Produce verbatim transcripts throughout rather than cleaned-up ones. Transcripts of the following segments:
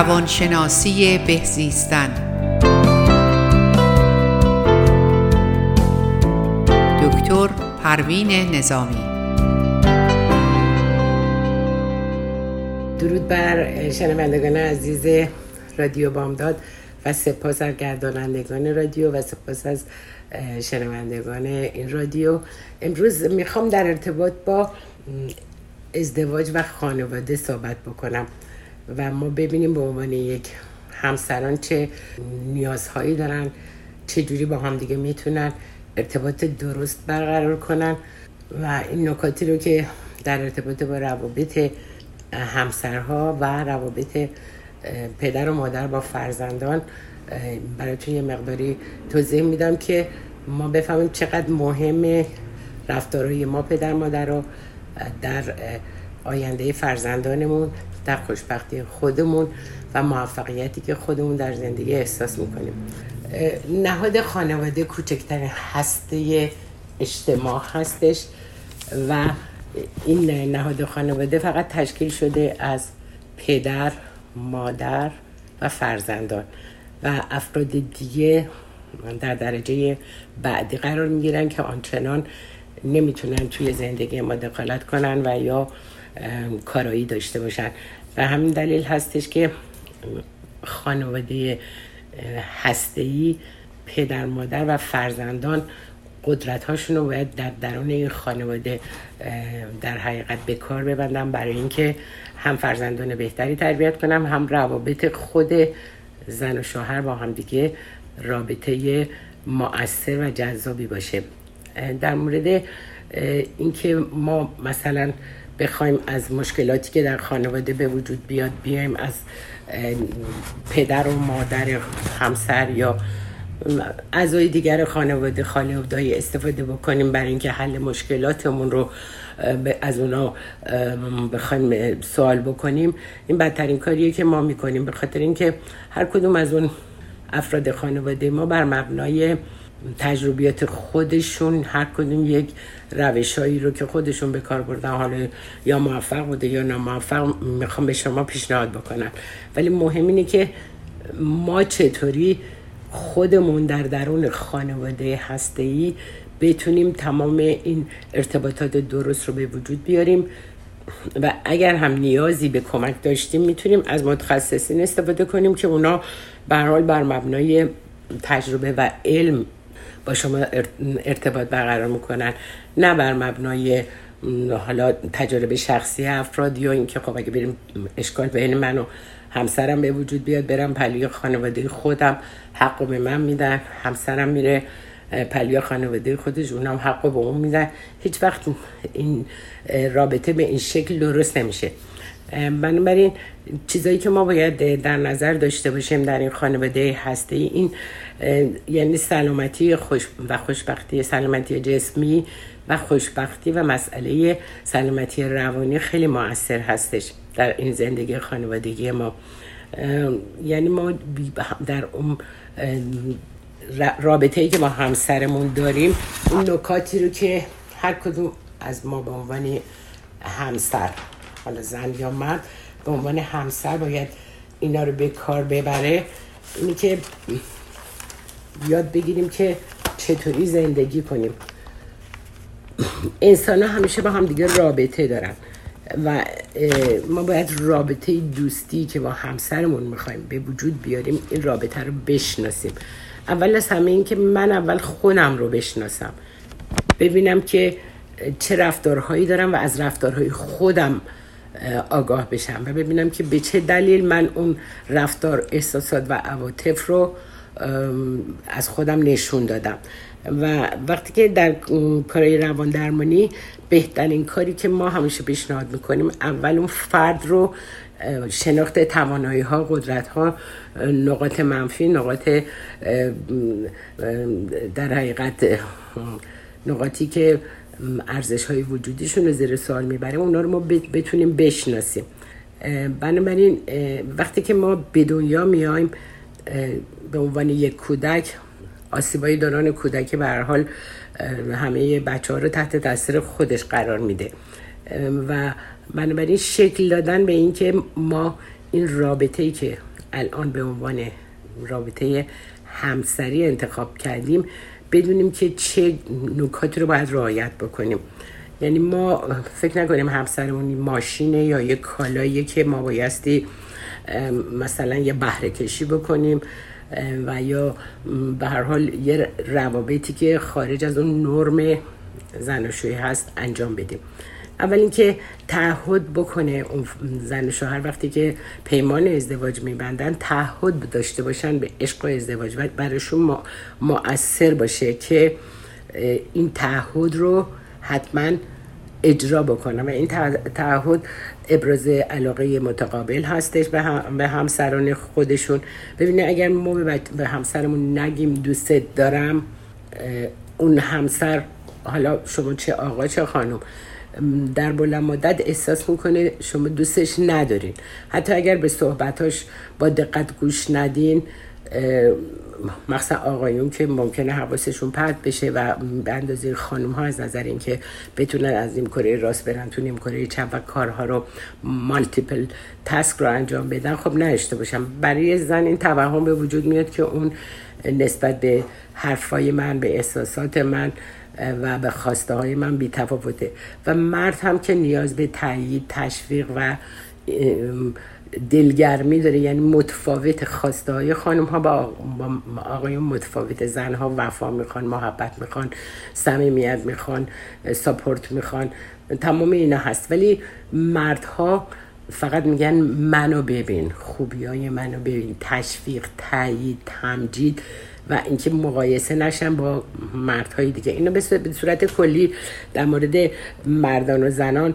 روانشناسی بهزیستن. دکتر پروین نظامی. درود بر شنوندگان عزیز رادیو بامداد و سپاس از گردانندگان رادیو و سپاس از شنوندگان این رادیو. امروز میخوام در ارتباط با ازدواج و خانواده صحبت بکنم و ما ببینیم به عنوان یک همسران چه نیازهایی دارن، چه جوری با هم دیگه میتونن ارتباط درست برقرار کنن و این نکاتی رو که در ارتباط با روابط همسرها و روابط پدر و مادر با فرزندان براتون یه مقداری توضیح میدم که ما بفهمیم چقدر مهمه رفتارهای ما پدر مادر رو در آینده فرزندانمون، در خوشبختی خودمون و موفقیتی که خودمون در زندگی احساس میکنیم. نهاد خانواده کوچکترین هسته اجتماع هستش و این نهاد خانواده فقط تشکیل شده از پدر، مادر و فرزندان و افراد دیگه در درجه بعدی قرار میگیرن که آنچنان نمیتونن توی زندگی ما دخالت کنن و یا کارایی داشته باشن و همین دلیل هستش که خانواده هسته‌ای پدر مادر و فرزندان قدرت هاشون رو باید در درون این خانواده در حقیقت به کار ببندن برای اینکه هم فرزندان بهتری تربیت کنن، هم روابط خود زن و شوهر با هم دیگه رابطه مؤثر و جذابی باشه. در مورد اینکه ما مثلا بخوایم از مشکلاتی که در خانواده به وجود بیاد بیایم از پدر و مادر همسر یا اعضای دیگر خانواده خاله و دایی استفاده بکنیم برای اینکه حل مشکلاتمون رو از اونا بخوایم سوال بکنیم، این بدترین کاریه که ما میکنیم، به خاطر اینکه هر کدوم از اون افراد خانواده ما بر مبنای تجربیات خودشون هر کدوم یک روشایی رو که خودشون به کار بردن، حالا یا موفق بوده یا ناموفق، میخوام به شما پیشنهاد بکنم. ولی مهم اینه که ما چطوری خودمون در درون خانواده هسته‌ای بتونیم تمام این ارتباطات درست رو به وجود بیاریم و اگر هم نیازی به کمک داشتیم میتونیم از متخصصین استفاده کنیم که اونا به هر حال بر مبنای تجربه و علم با شما ارتباط برقرار میکنن، نه بر مبنای حالا تجربه شخصی افراد یا اینکه خب اگه بریم اشکال بین من و همسرم به وجود بیاد برم پلوی خانواده خودم حقو به من میدن، همسرم میره پلوی خانواده خودش اونم حقو به اون میدن. هیچ وقت این رابطه به این شکل درست نمیشه. بنابراین چیزایی که ما باید در نظر داشته باشیم در این خانواده هسته این یعنی سلامتی خوش و خوشبختی، سلامتی جسمی و خوشبختی و مسئله سلامتی روانی خیلی مؤثر هستش در این زندگی خانوادگی ما. یعنی ما در اون رابطه‌ای که ما همسرمون داریم اون نکاتی رو که هر کدوم از ما به عنوان همسر، حالا زن یا مرد، به عنوان همسر باید اینا رو به کار ببره، اینی که یاد بگیریم که چطوری زندگی کنیم. انسان ها همیشه با هم دیگه رابطه دارن و ما باید رابطه دوستی که با همسرمون میخوایم به وجود بیاریم این رابطه رو بشناسیم. اول از همه این که من اول خودم رو بشناسم، ببینم که چه رفتارهایی دارم و از رفتارهای خودم آگاه بشم و ببینم که به چه دلیل من اون رفتار، احساسات و عواطف رو از خودم نشون دادم. و وقتی که در کارهای روان درمانی بهترین کاری که ما همیشه پیشنهاد میکنیم اول اون فرد رو شناخت توانایی ها، قدرت ها، نقاط منفی، نقاط در حقیقت نقاطی که ارزش های وجودیشون رو زیر سوال میبره اونا رو ما بتونیم بشناسیم. بنابراین وقتی که ما به دنیا میایم به عنوان یک کودک، آسیبای دوران کودکی به هر حال همه بچه‌ها رو تحت تاثیر خودش قرار میده و بنابراین شکل دادن به این که ما این رابطه‌ای که الان به عنوان رابطه همسری انتخاب کردیم بدونیم که چه نکاتی رو باید رعایت بکنیم. یعنی ما فکر نکنیم همسرمون ماشینه یا یه کالاییه که ما بایستی مثلا یه بهره کشی بکنیم و یا به هر حال یه روابطی که خارج از اون نرم زناشویی هست انجام بدیم. اول اینکه تعهد بکنه اون زن و شوهر وقتی که پیمان ازدواج میبندن تعهد داشته باشن به عشق و ازدواج و براشون مؤثر باشه که این تعهد رو حتما اجرا بکنم و این تعهد ابراز علاقه متقابل هستش به, هم، به همسران خودشون. ببینید اگر ما به همسرمون نگیم دوست دارم، اون همسر، حالا شما چه آقا چه خانم، در بلند مدت احساس میکنه شما دوستش ندارین. حتی اگر به صحبتاش با دقت گوش ندین، مخصوصا آقایون که ممکنه حواسشون پرت بشه و به اندازه خانم ها از نظر این که بتونن از این کره راست برن تو نیم کره چپ و کارها رو مالتیپل تاسک رو انجام بدن، خب نشته باشم. برای زن این توهم به وجود میاد که اون نسبت به حرفای من، به احساسات من و به خواسته های من بی تفاوته و مرد هم که نیاز به تایید، تشویق و دلگرمی داره. یعنی متفاوت خواسته های خانم ها با آقایون متفاوت. زن ها وفا میخوان، محبت میخوان، صمیمیت میخوان، ساپورت میخوان، تمام اینا هست. ولی مردها فقط میگن منو ببین، خوبی های منو ببین، تشویق، تایید، تمجید و اینکه مقایسه نشن با مردهای دیگه. اینو به صورت کلی در مورد مردان و زنان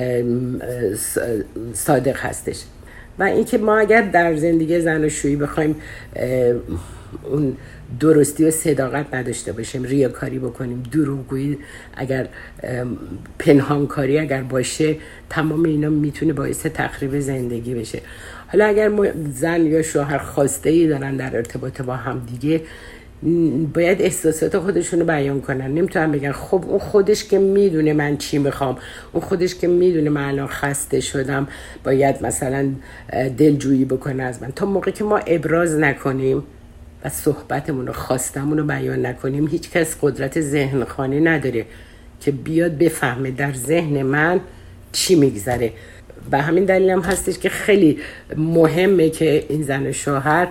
صادق هستش. و اینکه ما اگر در زندگی زناشویی بخوایم اون درستی و صداقت نداشته باشیم، ریاکاری بکنیم، دروغگویی اگر پنهانکاری اگر باشه، تمام اینا میتونه باعث تخریب زندگی بشه. حالا اگر زن یا شوهر خواسته ای دارن در ارتباط با هم دیگه، باید احساسات خودشونو بیان کنن. نمیتونن بگن خب اون خودش که میدونه من چی میخوام، اون خودش که میدونه من الان خسته شدم، باید مثلا دلجویی بکنه از من. تا موقعی که ما ابراز نکنیم و صحبتمون رو، خواستمون رو بیان نکنیم، هیچ کس قدرت ذهن خوانی نداره که بیاد بفهمه در ذهن من چی میگذره. و همین دلیل هم هستش که خیلی مهمه که این زن و شوهر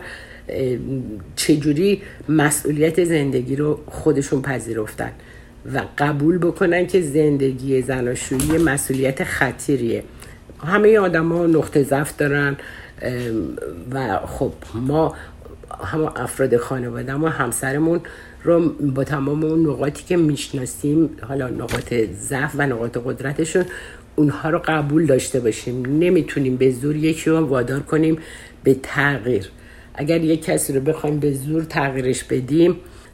چجوری مسئولیت زندگی رو خودشون پذیرفتن و قبول بکنن که زندگی زناشویی مسئولیت خطیریه. همه آدم ها نقطه ضعف دارن و خب ما هم افراد خانواده ما همسرمون رو با تمام اون نقاطی که میشناسیم، حالا نقاط ضعف و نقاط قدرتشون، اونها رو قبول داشته باشیم. نمیتونیم به زور یکی رو وادار کنیم به تغییر. اگر یک کسی رو بخوایم به زور تغییرش بدیم،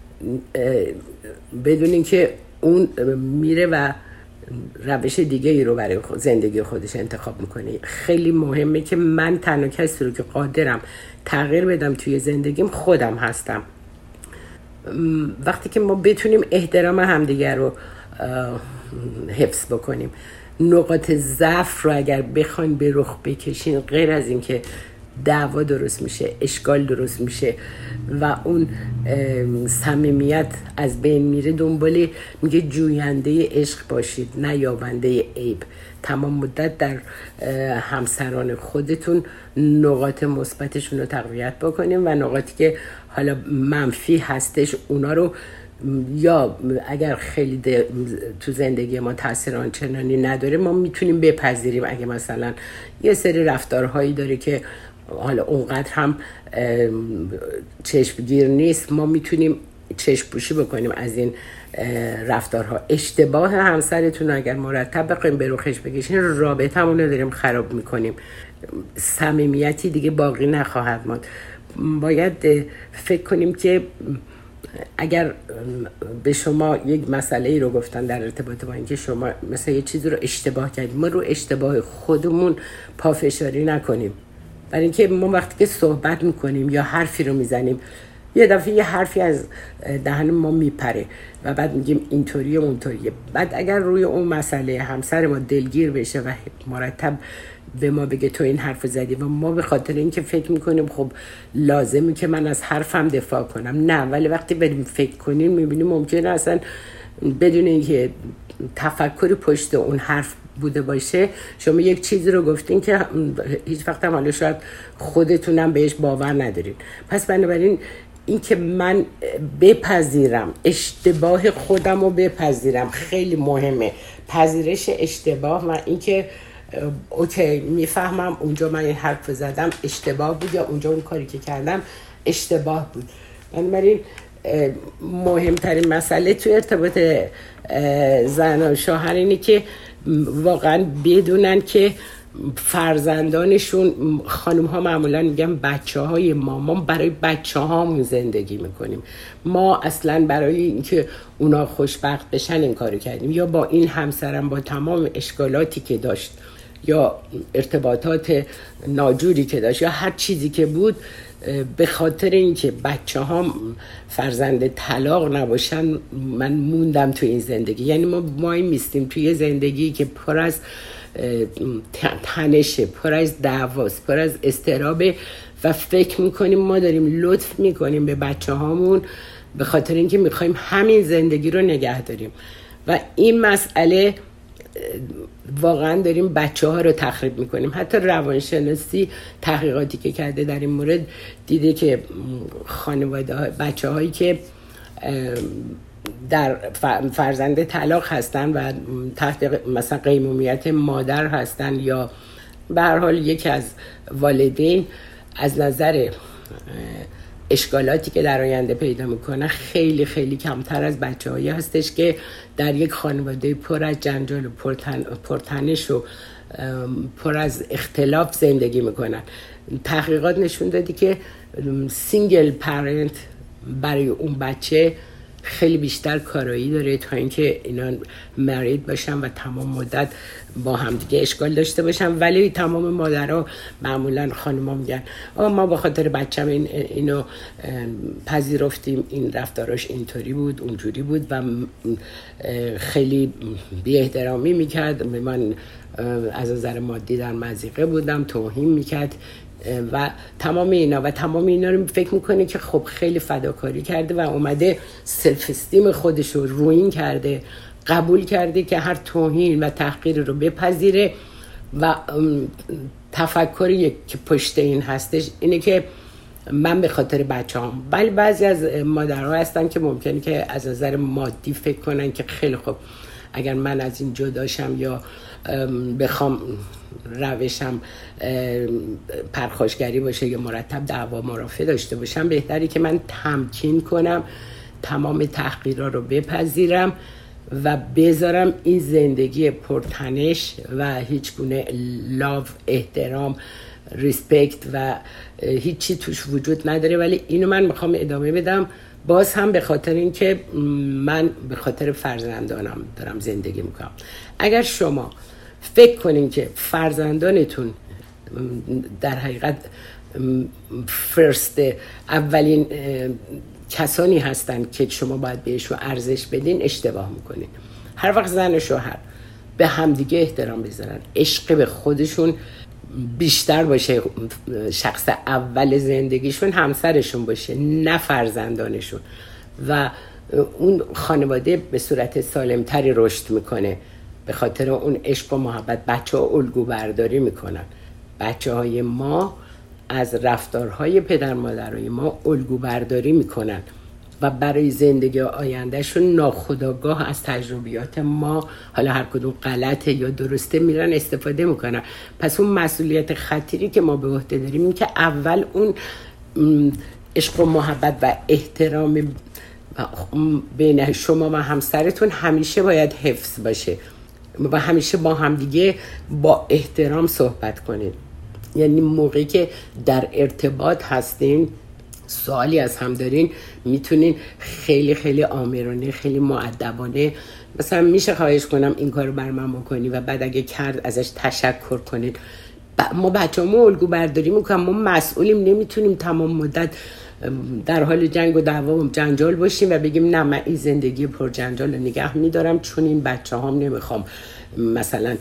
بدونین که اون میره و روش دیگه ای رو برای زندگی خودش انتخاب میکنه. خیلی مهمه که من تنها کسی رو که قادرم تغییر بدم توی زندگیم خودم هستم. وقتی که ما بتونیم احترام همدیگر رو حفظ بکنیم، نقاط ضعف رو اگر بخواین به رخ بکشین، غیر از این که دعوا درست میشه، اشکال درست میشه و اون صمیمیت از بین میره، دنبال میگه جوینده عشق باشید نه یابنده عیب. تمام مدت در همسران خودتون نقاط مثبتشون رو تقویت بکنیم و نقاطی که حالا منفی هستش اونا رو، یا اگر خیلی تو زندگی ما تاثیر آنچنانی نداره، ما میتونیم بپذیریم. اگه مثلا یه سری رفتارهایی داره که حالا اونقدر هم چشمگیر نیست، ما میتونیم چشم پوشی بکنیم از این رفتارها. اشتباه همسرتون اگر مرتب بخوایم به روخش بکشین، رابطمون رو داریم خراب میکنیم، صمیمیتی دیگه باقی نخواهد ماند. باید فکر کنیم که اگر به شما یک مسئله ای رو گفتن در ارتباط با اینکه شما مثلا یه چیزی رو اشتباه کردیم، ما رو اشتباه خودمون پافشاری نکنیم. برای اینکه ما وقتی که صحبت میکنیم یا حرفی رو میزنیم یه دفعه یه حرفی از دهن ما میپره و بعد میگیم اینطوریه اونطوریه. بعد اگر روی اون مسئله همسر ما دلگیر بشه و مرتب به ما بگه تو این حرف زدی و ما به خاطر اینکه فکر میکنیم خب لازمی که من از حرفم دفاع کنم، نه، ولی وقتی بریم فکر کنیم میبینیم ممکنه اصلا بدون اینکه تفکری پشت اون حرف بوده باشه شما یک چیزی رو گفتین که هیچ وقت هم حالا شاید خودتونم بهش باور ندارین. پس بنابراین این که من بپذیرم اشتباه خودم رو بپذیرم خیلی مهمه. پذیرش اشتباه و این که اوکی میفهمم اونجا من این حرف زدم اشتباه بود یا اونجا اون کاری که کردم اشتباه بود. بنابراین مهمترین مسئله توی ارتباط زن و شوهر اینه که واقعا بدونن که فرزندانشون، خانم ها معمولا میگن بچه های ما ما برای بچه هامون زندگی میکنیم، ما اصلا برای اینکه اونا خوشبخت بشن این کارو کردیم. یا با این همسرم با تمام اشکالاتی که داشت یا ارتباطات ناجوری که داشت یا هر چیزی که بود، به خاطر اینکه بچه ها فرزند طلاق نباشن من موندم تو این زندگی. یعنی ما مای میستیم توی زندگی که پر از تنشه، پر از دعواست، پر از اضطرابه و فکر میکنیم ما داریم لطف میکنیم به بچه هامون به خاطر اینکه میخوایم همین زندگی رو نگه داریم و این مسئله واقعا داریم بچه ها رو تخریب میکنیم. حتی روانشناسی تحقیقاتی که کرده در این مورد دیده که خانواده ها، بچه هایی که در فرزند طلاق هستن و تحت مثلا قیمومیت مادر هستن یا به هر حال یکی از والدین، از نظر اشکالاتی که در آینده پیدا میکنه خیلی خیلی کمتر از بچه هایی هستش که در یک خانواده پر از جنجال و پرتن، پرتنش و پر از اختلاف زندگی میکنن. تحقیقات نشون دادی که سینگل پرنت برای اون بچه خیلی بیشتر کارایی داره تا اینکه اینا مرید باشن و تمام مدت با هم دیگه اشکال داشته باشن. ولی تمام مادرها معمولا خانم‌ها میگن آه ما به خاطر بچه‌م این اینو پذیرفتیم، این رفتاراش اینطوری بود اونجوری بود و خیلی بی احترامی میکرد، من از نظر مادی در مضیقه بودم، توهین میکرد و تمام اینا و تمام اینا رو فکر میکنه که خب خیلی فداکاری کرده و اومده سلف استیم خودش رو روین کرده، قبول کرده که هر توهین و تحقیر رو بپذیره و تفکری که پشت این هستش اینه که من به خاطر بچه هم. ولی بعضی از مادرها هستن که ممکنه که از نظر مادی فکر کنن که خیلی خب اگر من از این جداشم یا بخوام روشم پرخاشگری باشه یا مرتب دعوا مرافعه داشته باشم، بهتری که من تمکین کنم، تمام تحقیرها رو بپذیرم و بذارم این زندگی پرتنش و هیچ گونه لاو، احترام، ریسپکت و هیچی توش وجود نداره. ولی اینو من میخوام ادامه بدم، باز هم به خاطر اینکه من به خاطر فرزندانم دارم زندگی میکنم. اگر شما فکر کنین که فرزندانتون در حقیقت فرست اولین کسانی هستن که شما باید بهشون ارزش بدین، اشتباه میکنین. هر وقت زن و شوهر به همدیگه احترام بذارن، عشق به خودشون بیشتر باشه، شخص اول زندگیشون همسرشون باشه نه فرزندانشون و اون خانواده به صورت سالمتری رشد میکنه. به خاطر اون عشق و محبت بچه ها الگو برداری میکنن. بچه های ما از رفتارهای پدر مادرای ما الگو برداری میکنن و برای زندگی آیندهشون ناخودآگاه از تجربیات ما، حالا هر کدوم غلطه یا درسته، میرن استفاده میکنن. پس اون مسئولیت خطیری که ما به عهده داریم این که اول اون عشق و محبت و احترام بین شما و همسرتون همیشه باید حفظ باشه و همیشه با همدیگه با احترام صحبت کنید. یعنی موقعی که در ارتباط هستین، سوالی از هم دارین، میتونین خیلی خیلی آمرانه، خیلی مؤدبانه مثلا میشه خواهش کنم این کارو بر من بکنی و بعد اگه کرد ازش تشکر کنید. ما بچه‌مون الگو برداری میکنم، ما مسئولیم، نمیتونیم تمام مدت در حال جنگ و دعوا و جنجال باشیم و بگیم نه من این زندگی پر جنجال رو نگه میدارم چون این بچه هم نمیخوام مثلا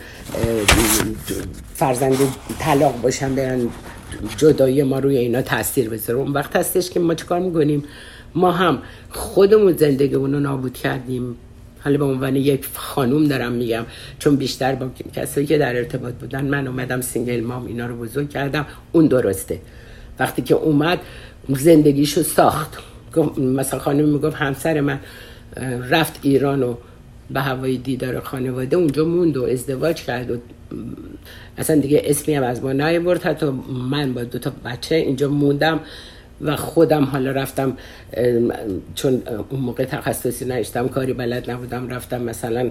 فرزند طلاق باشن برن جدایی ما روی اینا تاثیر بذاره. اون وقت هستش که ما چیکار میکنیم؟ ما هم خودمون زندگیمون رو نابود کردیم. حالا به عنوان یک خانوم دارم میگم، چون بیشتر با کسایی که در ارتباط بودن من اومدم سینگل مام اینا رو بزرگ کردم. اون درسته. وقتی که اومد زندگیشو ساخت، مثلا خانم میگفت همسر من رفت ایران و به هوای دیدار خانواده اونجا موند و ازدواج کرد و اصلا دیگه اسمی هم از ما نیاورد، حتی من با دو تا بچه اینجا موندم و خودم حالا رفتم، چون اون موقع تخصصی نداشتم، کاری بلد نبودم، رفتم مثلا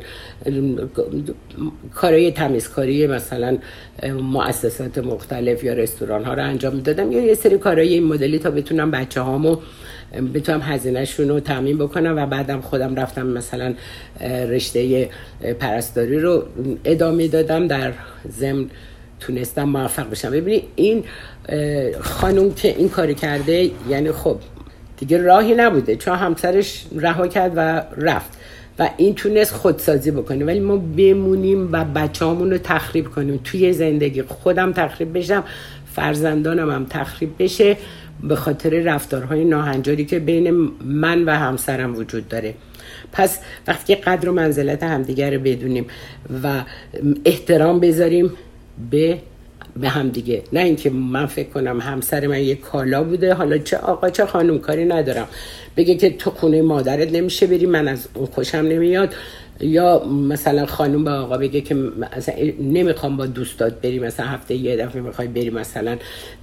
کارهای تمیزکاری مثلا مؤسسات مختلف یا رستوران ها رو انجام میدادم یا یه سری کارهای این مدلی تا بتونم بچه هامو بتونم هزینه‌شون رو تامین بکنم و بعدم خودم رفتم مثلا رشته پرستاری رو ادامه دادم، در ضمن تونستم موفق بشم. ببینید این خانم که این کاری کرده یعنی خب دیگه راهی نبوده چون همسرش رها کرد و رفت و این تونست خودسازی بکنه، ولی ما بمونیم و بچه‌هامون رو تخریب کنیم توی زندگی، خودم تخریب بشم، فرزندانم هم تخریب بشه به خاطر رفتارهای ناهنجاری که بین من و همسرم وجود داره. پس وقتی که قدر و منزلت همدیگر رو بدونیم و احترام بذاریم به به هم دیگه، نه اینکه من فکر کنم همسر من یه کالا بوده، حالا چه آقا چه خانم کاری ندارم، بگه که تو خونه مادرت نمیشه بری، من از اون خوشم نمیاد، یا مثلا خانم به آقا بگه که مثلا نمیخوام با دوستات بری، مثلا هفته یه دفعه میخوای بری مثلا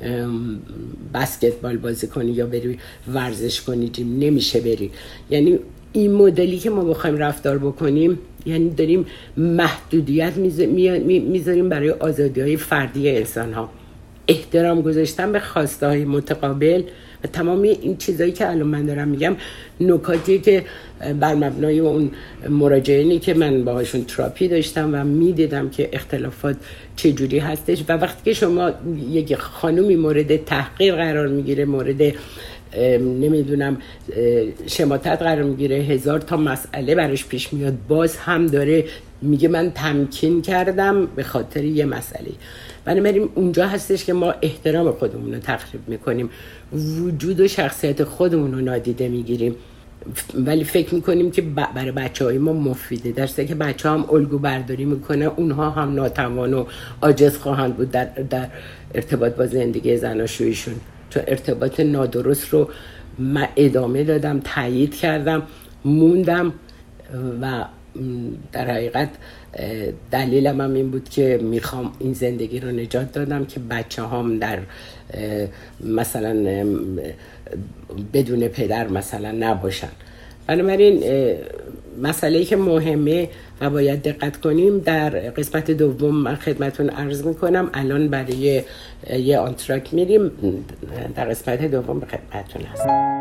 بسکتبال بازی کنی یا بری ورزش کنی، جیم نمیشه بری. یعنی این مدلی که ما بخوایم رفتار بکنیم یعنی داریم محدودیت میذاریم برای آزادی های فردی انسان ها. احترام گذاشتن به خواسته های متقابل و تمامی این چیزایی که الان من دارم میگم نکاتی که بر مبنای اون مراجعینی که من باهاشون تراپی داشتم و میدیدم که اختلافات چجوری هستش و وقتی که شما یک خانومی مورد تحقیر قرار میگیره، مورد نمیدونم شماتت قرار میگیره، هزار تا مسئله براش پیش میاد، باز هم داره میگه من تمکین کردم به خاطر یه مسئله. بنابراین اونجا هستش که ما احترام خودمون رو تخریب میکنیم، وجود و شخصیت خودمون رو نادیده میگیریم، ولی فکر میکنیم که برای بچه های ما مفیده، در صورتی که بچه هم الگو برداری میکنه، اونها هم ناتوان و عاجز خواهند بود در, در ارتباط با زندگی زناشویشون. تو ارتباط نادرست رو من ادامه دادم، تایید کردم، موندم و در حقیقت دلیلم هم این بود که میخوام این زندگی رو نجات دادم که بچه هم در مثلا بدون پدر مثلا نباشن. بنابراین مسئله‌ای که مهمه و باید دقت کنیم در قسمت دوم من خدمتون عرض میکنم. الان برای یه آنتراک میریم، در قسمت دوم به خدمتون هستم.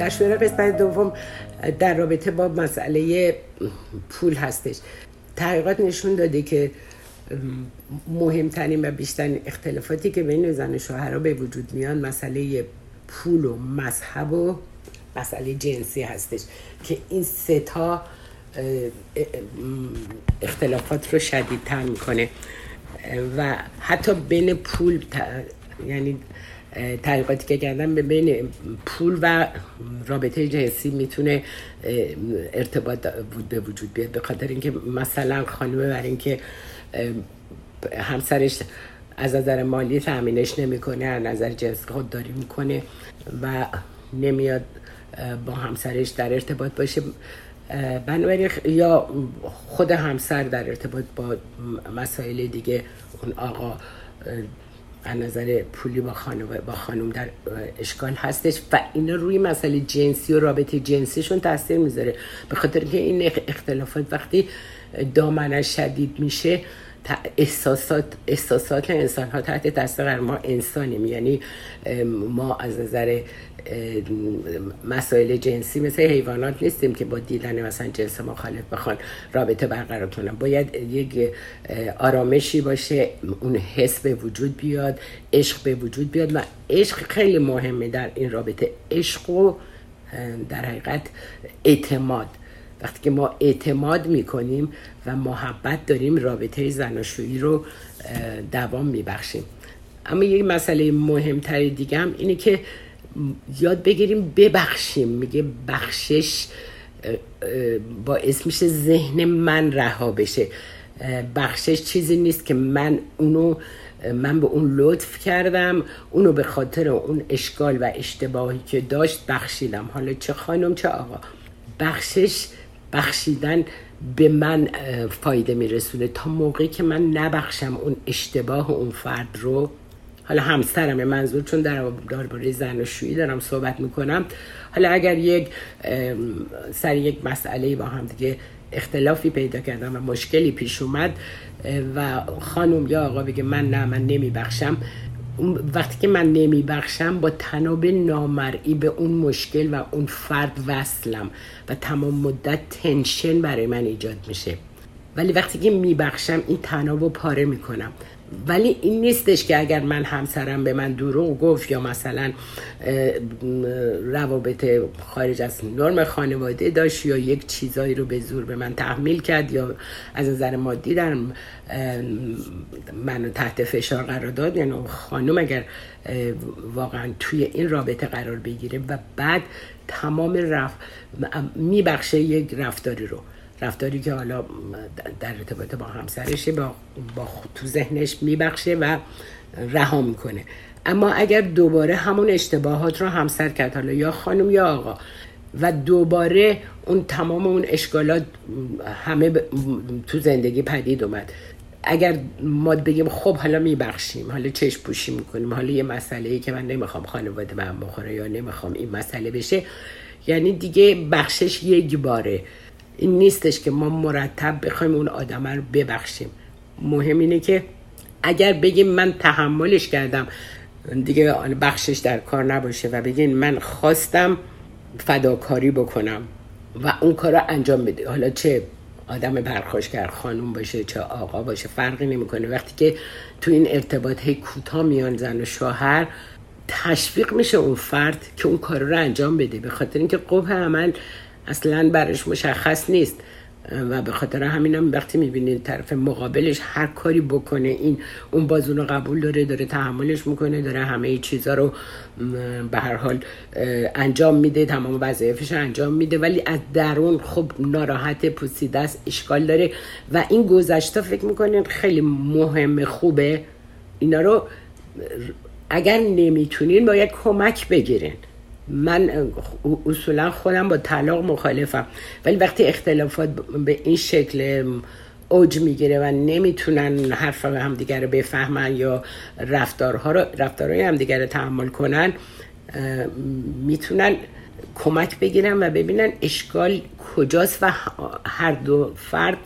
در شروع قسمت دوم در رابطه با مسئله پول هستش. تحقیقات نشون داده که مهمترین و بیشترین اختلافاتی که بین زن و شوهرها به وجود میان مسئله پول و مذهب و مسئله جنسی هستش که این سه تا اختلافات رو شدیدتر میکنه و حتی بین پول یعنی تحقیقاتی که کردن به بین پول و رابطه جنسی میتونه ارتباط به وجود بیاد، به خاطر اینکه مثلا خانومه برای اینکه همسرش از نظر مالی تأمینش نمیکنه، از نظر جنسی خودداری میکنه و نمیاد با همسرش در ارتباط باشه، بنابراین یا خود همسر در ارتباط با مسائل دیگه اون آقا از نظر پولی با خانم با خانم در اشکال هستش و اینا روی مسئله جنسی و رابطه جنسیشون تاثیر میذاره، به خاطر که این اختلافات وقتی دامنش شدید میشه احساسات احساسات انسان ها تحت تاثیر قرار. ما انسانیم، یعنی ما از نظر مسائل جنسی مثل حیوانات نیستیم که با دیدن مثلا جنس مخالف بخوان رابطه برقرار کنن. باید یک آرامشی باشه، اون حس به وجود بیاد، عشق به وجود بیاد و عشق خیلی مهمه در این رابطه. عشق و در حقیقت اعتماد، وقتی که ما اعتماد میکنیم و محبت داریم رابطه زناشویی رو دوام میبخشیم. اما یک مسئله مهمتر دیگه هم اینه که یاد بگیریم ببخشیم. میگه بخشش باعث میشه ذهن من رها بشه. بخشش چیزی نیست که من اونو من به اون لطف کردم، اونو به خاطر اون اشکال و اشتباهی که داشت بخشیدم، حالا چه خانم چه آقا. بخشش بخشیدن به من فایده میرسونه تا موقعی که من نبخشم اون اشتباه اون فرد رو. حالا همسرم منظور، چون در درباره زناشویی دارم صحبت میکنم، حالا اگر یک سر یک مسئله با هم دیگه اختلافی پیدا کردم و مشکلی پیش اومد و خانم یا آقا بگه من نه من نمیبخشم، وقتی که من نمیبخشم با تناب نامرئی به اون مشکل و اون فرد وصلم و تمام مدت تنشن برای من ایجاد میشه. ولی وقتی که میبخشم این تنابو پاره میکنم. ولی این نیستش که اگر من همسرم به من دروغ گفت یا مثلا روابط خارج از نرم خانواده داشت یا یک چیزایی رو به زور به من تحمیل کرد یا از نظر مادی در منو تحت فشار قرار داد، یعنی خانم اگر واقعا توی این رابطه قرار بگیره و بعد تمام رف... میبخشه یک رفتاری رو، رفتاری که حالا در ارتباط با همسرشه، با, با تو ذهنش میبخشه و رها میکنه. اما اگر دوباره همون اشتباهات رو همسر کرد، حالا یا خانم یا آقا، و دوباره اون تمام اون اشکالات همه تو زندگی پدید اومد، اگر ما بگیم خب حالا میبخشیم، حالا چشم پوشی میکنیم، حالا یه مسئله‌ای که من نمیخوام خانواده به هم بخوره یا نمیخوام این مسئله بشه، یعنی دیگه بخشش یک باره. این نیستش که ما مرتب بخوایم اون آدم رو ببخشیم. مهم اینه که اگر بگیم من تحملش کردم دیگه بخشش در کار نباشه و بگیم من خواستم فداکاری بکنم و اون کار رو انجام بده، حالا چه آدم پرخاشگر خانوم باشه چه آقا باشه فرقی نمیکنه. وقتی که تو این ارتباط هی کوتاه میان زن و شوهر، تشویق میشه اون فرد که اون کار رو انجام بده، به خاطر اینکه قبح عمل اصلا برش مشخص نیست و به خاطر همینم وقتی میبینید طرف مقابلش هر کاری بکنه این اون باز اونو قبول داره، داره تحملش میکنه، داره همه چیزا رو به هر حال انجام میده، تمام وظایفش انجام میده، ولی از درون خب ناراحت، پوسیده است، اشکال داره و این گذشته فکر میکنید خیلی مهمه، خوبه. اینا رو اگر نمیتونین باید کمک بگیرین. من اصولا خودم با طلاق مخالفم، ولی وقتی اختلافات به این شکل اوج میگیره و نمیتونن حرف همدیگر رو بفهمن یا رفتارها رو رفتارهای همدیگر رو تحمل کنن، میتونن کمک بگیرن و ببینن اشکال کجاست و هر دو فرد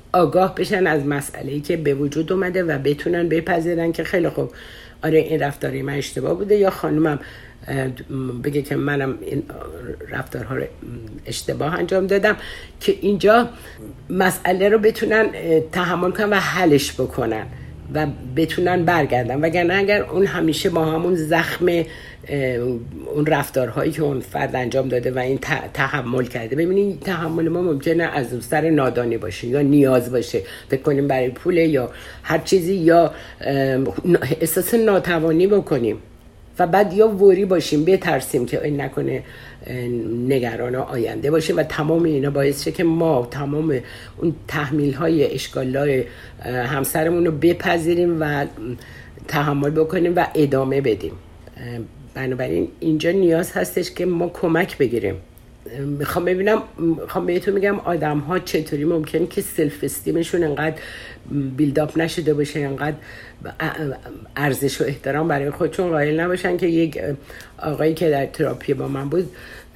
آگاه بشن از مسئله‌ای که به وجود اومده و بتونن بپذیرن که خیلی خوب، آره این رفتاری من اشتباه بوده، یا خانومم بگه که منم این رفتارها رو اشتباه انجام دادم، که اینجا مسئله رو بتونن تحمل کنن و حلش بکنن و بتونن برگردن. وگرنه اگر اون همیشه با همون زخم اون رفتارهایی که اون فرد انجام داده و این تحمل کرده، ببینید تحمل ما ممکنه از سر نادانی باشه یا نیاز باشه، فکر کنیم برای پول یا هر چیزی، یا احساس ناتوانی بکنیم و بعد یا وری باشیم بترسیم که این نکنه نگران آینده باشیم و تمام اینا باعث شه که ما تمام اون تحمیل های اشکالای همسرمون رو بپذیریم و تحمل بکنیم و ادامه بدیم. بنابراین اینجا نیاز هستش که ما کمک بگیریم. میخوام ببینم میخوام بهتون میگم آدم ها چطوری ممکنه که سلف استیمشون انقدر بیلداپ نشده باشه، انقدر ارزش و احترام برای خودشون قائل نباشن، که یک آقایی که در تراپی با من بود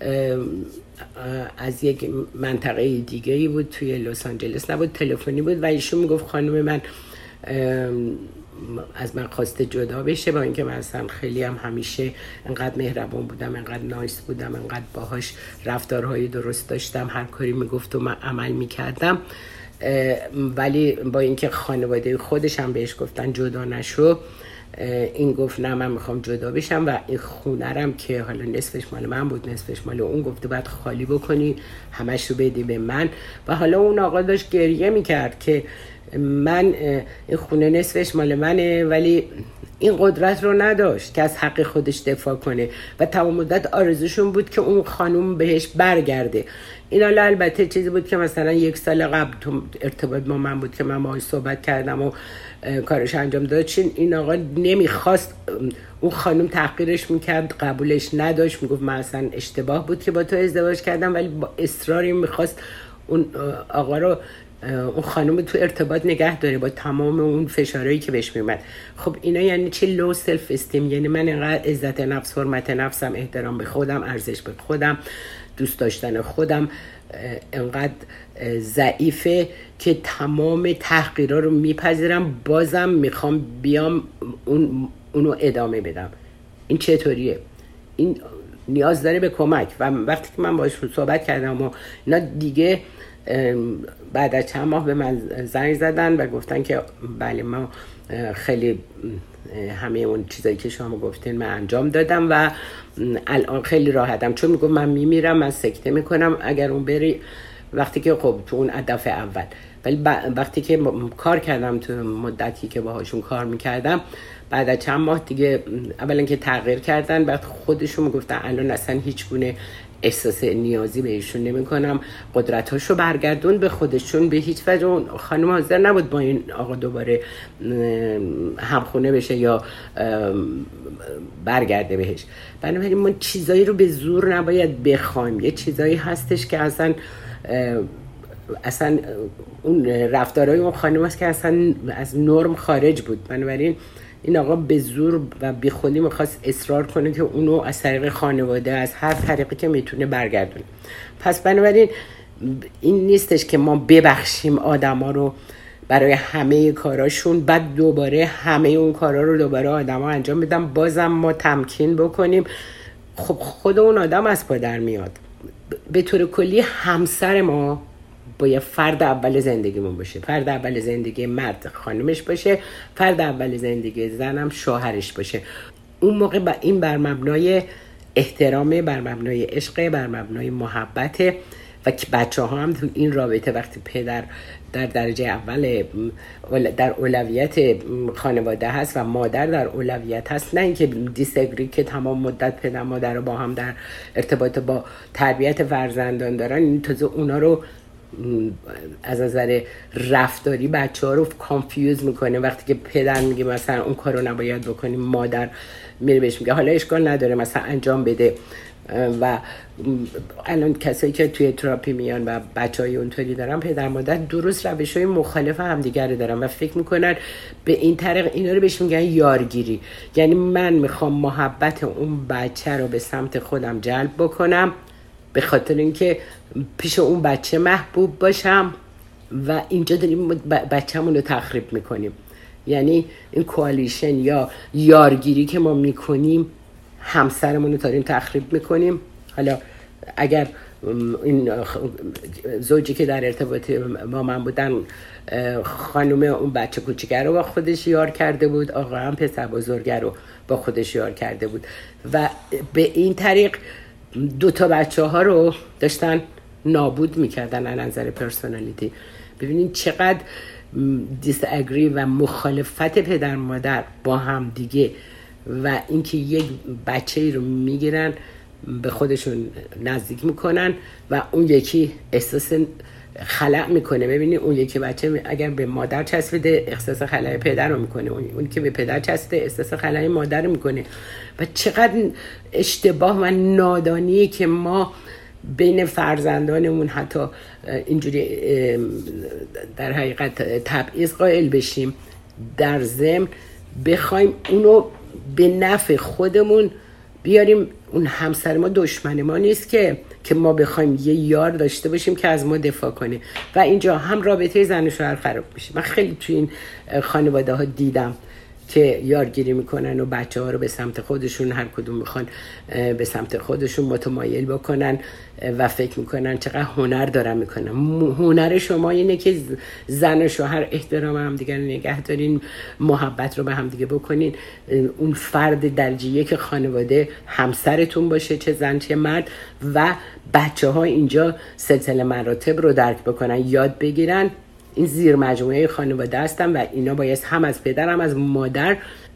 از یک منطقه دیگه ای بود، توی لس آنجلس نبود، تلفنی بود و ایشون میگفت خانم من از من خواسته جدا بشه، با اینکه من اصلا خیلی هم همیشه انقدر مهربان بودم، انقدر نایس بودم، انقدر باهاش رفتارهای درست داشتم، هر کاری میگفت و من عمل میکردم، ولی با اینکه خانواده خودش هم بهش گفتن جدا نشو، این گفت نه من میخوام جدا بشم و این خونرم که حالا نصفش مال من بود نصفش مال اون، گفته باید خالی بکنی همش رو بدی به من. و حالا اون آقا داشت گریه میکرد که من این خونه نصفش مال منه، ولی این قدرت رو نداشت که از حق خودش دفاع کنه و تمام مدت آرزوشون بود که اون خانوم بهش برگرده. این حالا البته چیزی بود که مثلا یک سال قبل تو ارتباط با من بود که من باهاش صحبت کردم و کارش انجام داد. چین این آقا نمیخواست، اون خانم تحقیرش میکرد، قبولش نداشت، میگفت من اصلا اشتباه بود که با تو ازدواج کردم، ولی با اصراری میخواست اون آقا رو، اون خانم تو ارتباط نگه داره با تمام اون فشارهایی که بهش میومد. خب اینا یعنی چه؟ لو سلف استیم، یعنی من اینقدر عزت نفس، حرمت نفسم، احترام به خودم، ارزش به خودم، دوست داشتن خودم اینقدر ضعیفه که تمام تحقیرها رو میپذیرم، بازم میخوام بیام اون اونو ادامه بدم. این چطوریه؟ این نیاز داره به کمک. و وقتی که من باهاش صحبت کردم و اینا دیگه، بعد از چند ماه به من زنگ زدن و گفتن که بله ما خیلی همه اون چیزایی که شما گفتین من انجام دادم و الان خیلی راحتم، چون میگم من میمیرم، من سکته میکنم اگر اون بری. وقتی که خب تو اون هدف اول، ولی وقتی که کار کردم تو مدتی که باهاشون کار میکردم، بعد از چند ماه دیگه اولا که تغییر کردن، بعد خودشون میگفتن الان اصلا هیچ گونه احساس نیازی بهشون نمی کنم، قدرتاشو برگردون به خودشون. به هیچ وجه اون خانم حاضر نبود با این آقا دوباره همخونه بشه یا برگرده بهش. بنابراین ما چیزایی رو به زور نباید بخوایم. یه چیزایی هستش که اصلا اصلا اون رفتارهای اون خانم هست که اصلا از نرم خارج بود. بنابراین این آقا به زور و بی خودی میخواست اصرار کنه که اونو از طریق خانواده، از هر طریقی که میتونه برگردونه. پس بنابراین این نیستش که ما ببخشیم آدما رو برای همه کاراشون، بعد دوباره همه اون کارا رو دوباره آدما انجام بدن، بازم ما تمکین بکنیم. خب خود اون آدم از پا در میاد. به طور کلی همسر ما باید فرد اول زندگیمون باشه. فرد اول زندگی مرد خانمش باشه، فرد اول زندگی زنم شوهرش باشه. اون موقع با این بر مبنای احترام، بر مبنای عشق، بر مبنای محبت و که بچه ها هم تو این رابطه وقتی پدر در درجه اول در اولویت خانواده هست و مادر در اولویت هست، نه اینکه دیسگری که تمام مدت پدر مادر رو با هم در ارتباط با تربیت فرزندان دارن، این تازه اونا رو از نظر رفتاری بچه ها رو کانفیوز میکنه. وقتی که پدر میگه مثلا اون کار رو نباید بکنیم، مادر میره بهش میگه حالا اشکال نداره مثلا انجام بده. و الان کسایی که توی تراپی میان و بچه های اونطوری دارن، پدر مادر درست روش های مخالف همدیگر رو دارن و فکر میکنن به این طریق اینا رو بهش میگن یارگیری. یعنی من میخوام محبت اون بچه رو به سمت خودم جلب بکنم به خاطر اینکه پیش اون بچه محبوب باشم و اینجا داریم بچه‌مون رو تخریب میکنیم. یعنی این کوالیشن یا یارگیری که ما میکنیم همسرمون رو داریم تخریب میکنیم. حالا اگر این زوجی که در ارتباط با من بودن خانم اون بچه کوچیک رو با خودش یار کرده بود، آقا هم پسر بزرگ رو با خودش یار کرده بود و به این طریق دو تا بچه ها رو داشتن نابود میکردن از نظر پرسونالیتی. ببینید چقدر دیس اگری و مخالفت پدر مادر با هم دیگه و اینکه یک بچه‌ای رو میگیرن به خودشون نزدیک میکنن و اون یکی احساس خلأ میکنه. ببینید اون یکی بچه اگر به مادر چسبیده احساس خلأ پدر رو میکنه، اون که به پدر چسبیده احساس خلأ مادر رو میکنه. و چقدر اشتباه و نادانیه که ما بین فرزندانمون حتی اینجوری در حقیقت تبعیض قائل بشیم، در ضمن بخوایم اونو به نفع خودمون بیاریم. اون همسر ما دشمن ما نیست که که ما بخوایم یه یار داشته باشیم که از ما دفاع کنه و اینجا هم رابطه زن و شوهر خراب میشه. من خیلی توی این خانواده ها دیدم که یارگیری میکنن و بچه ها رو به سمت خودشون هر کدوم میخوان به سمت خودشون متمایل بکنن و فکر میکنن چقدر هنر دارن میکنن. هنر شما اینه که زن و شوهر احترام هم دیگر نگه دارین، محبت رو به هم دیگه بکنین، اون فرد درجه یک خانواده همسرتون باشه، چه زن چه مرد، و بچه ها اینجا سلسله مراتب رو درک بکنن، یاد بگیرن. این زیر مجموعه خانواده هستن و اینا باید هم از پدر هم از مادر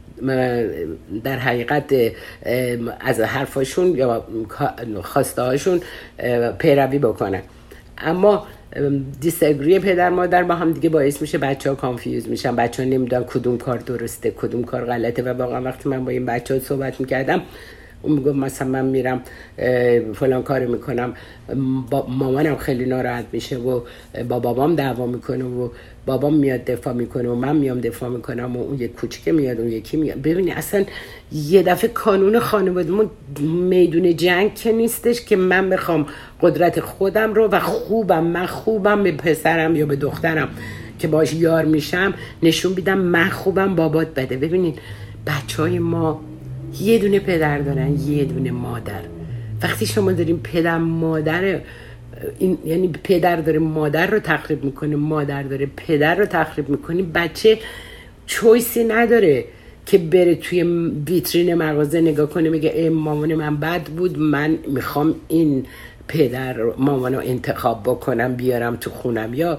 در حقیقت از حرفاشون یا خواسته هاشون پیروی بکنن. اما دیسگری پدر مادر با هم دیگه باعث میشه بچه ها کانفیوز میشن، بچه ها نمیدونن کدوم کار درسته کدوم کار غلطه. و واقعا وقتی من با این بچه ها صحبت میکردم اون میگفت مثلا من میرم فلان کار میکنم، با مامانم خیلی ناراحت میشه و با بابام دعوا میکنه و بابام میاد دفاع میکنه و من میام دفاع میکنم و اون یک کوچیک میاد اون یکی میاد. ببینی اصلا یه دفعه قانون خانواده‌مون میدون جنگ که نیستش که من بخوام قدرت خودم رو و خوبم من خوبم به پسرم یا به دخترم که باش یار میشم نشون بیدم من خوبم بابات بده. ببینید بچهای ما یه دونه پدر دارن یه دونه مادر. وقتی شما داریم پدر مادر این یعنی پدر داره مادر رو تخریب میکنه، مادر داره پدر رو تخریب میکنه، بچه چویسی نداره که بره توی ویترین مغازه نگاه کنه بگه ای مامان من بد بود، من میخوام این پدر مامان رو انتخاب بکنم بیارم تو خونم، یا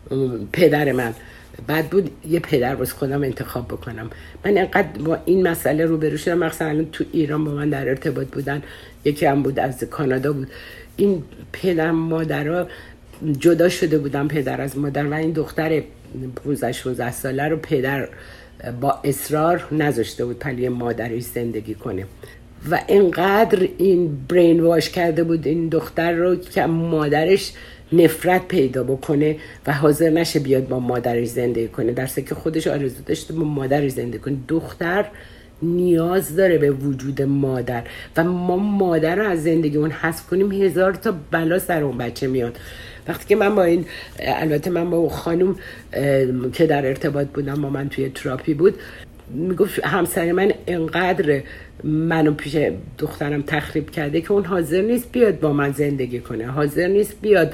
پدر من بعد بود یه پدر واسه خودم انتخاب بکنم. من انقدر با این مسئله روبرو شدم، مثلا الان تو ایران با من در ارتباط بودن، یکی هم بود از کانادا بود، این پدر مادرها جدا شده بودن پدر از مادر و این دختر پانزده شانزده ساله رو پدر با اصرار نذاشته بود پلی مادرش زندگی کنه و اینقدر این برین واش کرده بود این دختر رو که مادرش نفرت پیدا بکنه و حاضر نشه بیاد با مادرش زندگی کنه، درسته که خودش آرزو داشته با مادرش زندگی کنه. دختر نیاز داره به وجود مادر و ما مادر رو از زندگی اون حذف کنیم هزار تا بلا سر اون بچه میاد. وقتی که من با این البته من با خانم که در ارتباط بودم با من توی تراپی بود میگفت همسر من انقدر منو پیش دخترم تخریب کرده که اون حاضر نیست بیاد با من زندگی کنه، حاضر نیست بیاد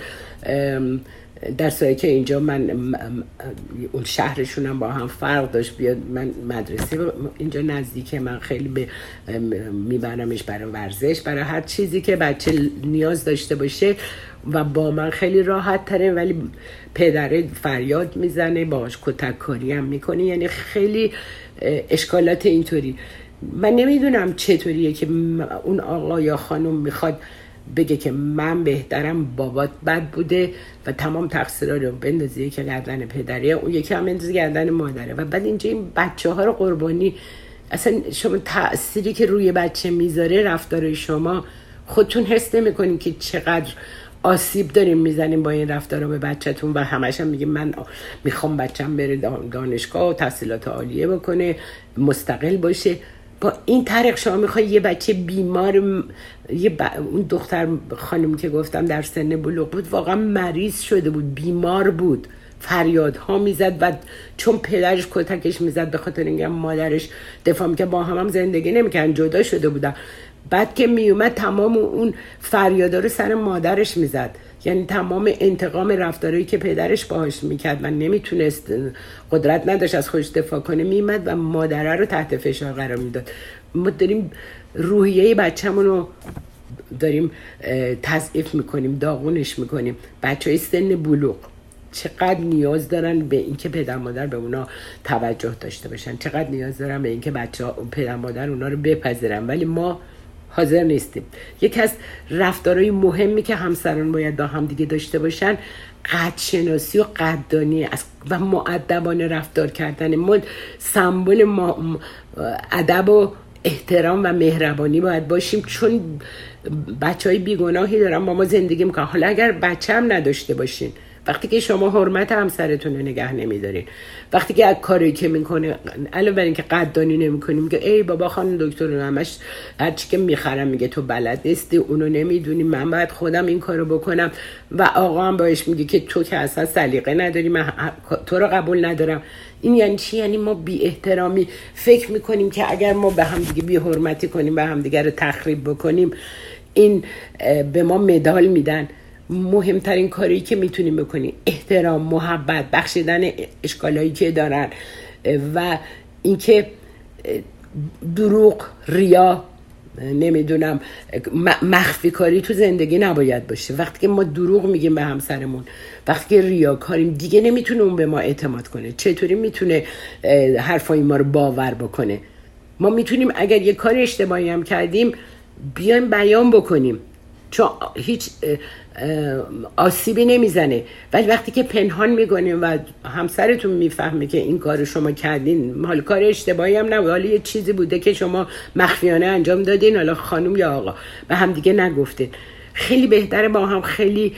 در صورتی که اینجا من اون شهرشونم با هم فرق داشت بیاد من مدرسه اینجا نزدیکه، من خیلی به میبرمش برای ورزش برای هر چیزی که بچه نیاز داشته باشه و با من خیلی راحت تره، ولی پدره فریاد میزنه باهاش کتک کاری هم میکنه. یعنی خیلی اشکالات اینطوری. من نمیدونم چطوریه که اون آقا یا خانم میخواد بگه که من بهترم بابات بد بوده و تمام تقصیرها رو بندازه یکی گردن پدره اون یکی هم بندازه گردن مادره و بعد اینجا این بچه ها رو قربانی. اصلا شما تأثیری که روی بچه میذاره رفتار شما خودتون حس نمی‌کنین که چقدر آسیب داریم میزنیم با این رفتارا به بچه‌تون و همش هم میگیم من میخوام بچه‌م بره دانشگاه و تحصیلات عالیه بکنه مستقل باشه. با این طریق شما میخوای یه بچه بیمار یه ب... اون دختر خانم که گفتم در سن بلوغ بود واقعا مریض شده بود، بیمار بود فریادها میزد و چون پدرش کتکش میزد به خاطر اینکه مادرش دفاع میکرد، با هم هم زندگی نمیکردن، جدا شده بودن. بعد که میومد تمام اون فریادا رو سر مادرش میزد، یعنی تمام انتقام رفتارهایی که پدرش باهاش میکرد و نمیتونست، قدرت نداشت از خودش دفاع کنه، میمد و مادره رو تحت فشار قرار میداد. ما داریم روحیه بچه‌مون رو داریم تضعیف میکنیم، داغونش میکنیم. بچهای سن بلوغ چقدر نیاز دارن به اینکه پدر مادر به اونا توجه داشته باشن، چقدر نیاز دارن به اینکه بچه‌ها پدر مادر اونا رو بپذیرن، ولی ما حاضر نیستیم. یکی از رفتارهای مهمی که همسران باید با هم دیگه داشته باشن قدرشناسی و قدردانی و مؤدبانه رفتار کردن. ما سمبل ما ادب و احترام و مهربانی باید باشیم، چون بچهای بیگناهی دارن با ما زندگی میکنن. حالا اگر بچه هم نداشته باشین، وقتی که شما حرمت همسرتون رو نگه نمیدارین، وقتی که از کاری که میکنه علاوه بر اینکه قدردانی نمیکنیم، میگه ای بابا خانم دکتر همش هر چی که میخرم میگه تو بلد نیستی، اونو نمیدونی، من باید خودم این کارو بکنم، و آقا هم باش میگه که تو که اصلا سلیقه نداری، من تو رو قبول ندارم. این یعنی چی؟ یعنی ما بی احترامی فکر میکنیم که اگر ما به هم دیگه بی حرمتی کنیم، به هم دیگه رو تخریب بکنیم، این به ما مدال میدن. مهمترین کاری که میتونیم بکنیم احترام، محبت، بخشیدن اشکالایی که دارن و اینکه دروغ، ریا، نمیدونم مخفی کاری تو زندگی نباید باشه. وقتی که ما دروغ میگیم به همسرمون، وقتی که ریاکاریم، دیگه نمیتونه اون به ما اعتماد کنه. چطوری میتونه حرفای ما رو باور بکنه؟ ما میتونیم اگر یه کار اشتباهی هم کردیم بیایم بیان بکنیم، چون هیچ آسیبی نمیزنه، ولی وقتی که پنهان میکنیم و همسرتون میفهمه که این کار شما کردین، حالا کار اشتباهی هم نبود، حالا یه چیزی بوده که شما مخفیانه انجام دادین، حالا خانم یا آقا به هم دیگه نگفتین، خیلی بهتره با هم خیلی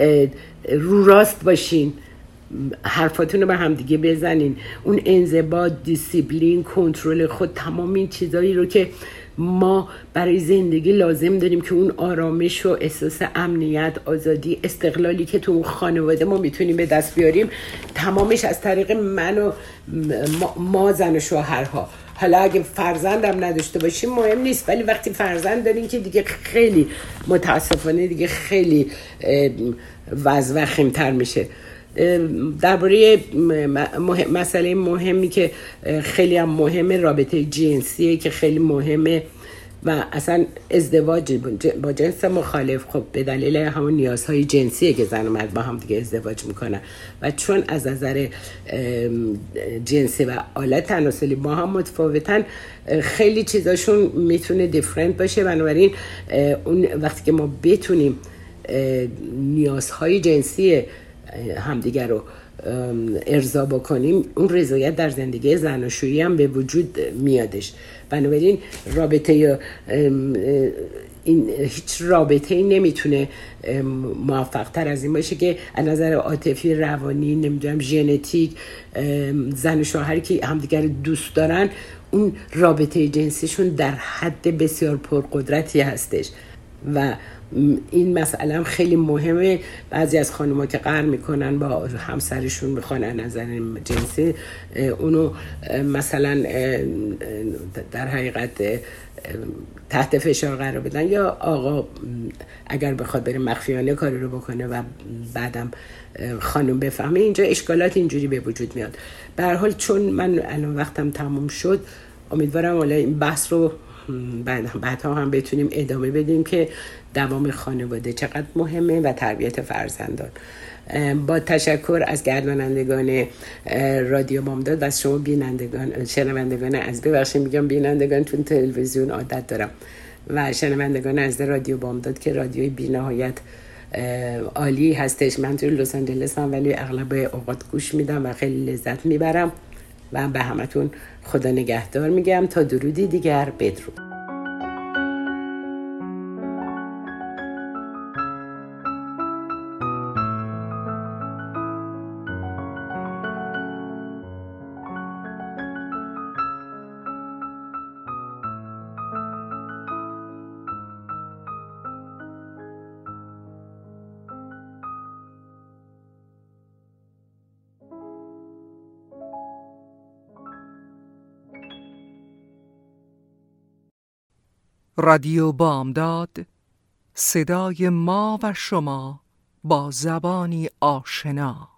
رو راست باشین، حرفاتون رو به هم دیگه بزنین. اون انضباط، دیسیپلین، کنترل خود، تمام این چیزایی رو که ما برای زندگی لازم داریم که اون آرامش و احساس امنیت، آزادی، استقلالی که تو اون خانواده ما میتونیم به دست بیاریم، تمامش از طریق من و ما زن و شوهرها. حالا اگه فرزندم نداشته باشیم مهم نیست، ولی وقتی فرزند داریم که دیگه خیلی متاسفانه دیگه خیلی وضع وخیم‌تر میشه. درباره مسئله مهمی که خیلی هم مهمه، رابطه جنسیه که خیلی مهمه و اصلا ازدواج با جنس مخالف خب به دلیل همون نیازهای جنسیه که زن و مرد با هم دیگه ازدواج میکنن و چون از نظر جنسی و آلت تناسلی با هم متفاوتن، خیلی چیزاشون میتونه دیفرنت باشه. بنابراین اون وقتی که ما بتونیم نیازهای جنسی همدیگر رو ارضا بکنیم، اون رضایت در زندگی زناشویی هم به وجود میادش. بنابراین رابطه این هیچ رابطه‌ای نمیتونه موفق تر از این باشه که از نظر عاطفی، روانی، نمیدونم ژنتیک، زن و شوهری که همدیگر رو دوست دارن، اون رابطه جنسیشون در حد بسیار پرقدرتی هستش و این مسئله هم خیلی مهمه. بعضی از خانوما که قهر میکنن با همسرشون میخوان از نظر جنسی اونو مثلا در حقیقت تحت فشار قرار بدن، یا آقا اگر بخواد بره مخفیانه کاری رو بکنه و بعدم خانم بفهمه، اینجا اشکالات اینجوری به وجود میاد. به هر حال چون من الان وقتم تموم شد، امیدوارم حالا این بحث رو بعد بعدها هم بتونیم ادامه بدیم که دوام خانواده چقدر مهمه و تربیت فرزندان. با تشکر از گردانندگان رادیو بامداد و از شما بینندگان، شنوندگان از ببخشید میگم بینندگان چون تلویزیون عادت دارم، و شنوندگان از رادیو بامداد که رادیوی بی‌نهایت عالی هستش. من توی لس آنجلس هم ولی اغلب اوقات گوش میدم و خیلی لذت میبرم و به همتون خدا نگهدار میگم. تا درودی دیگر، بدرود. رادیو بامداد، صدای ما و شما با زبانی آشنا.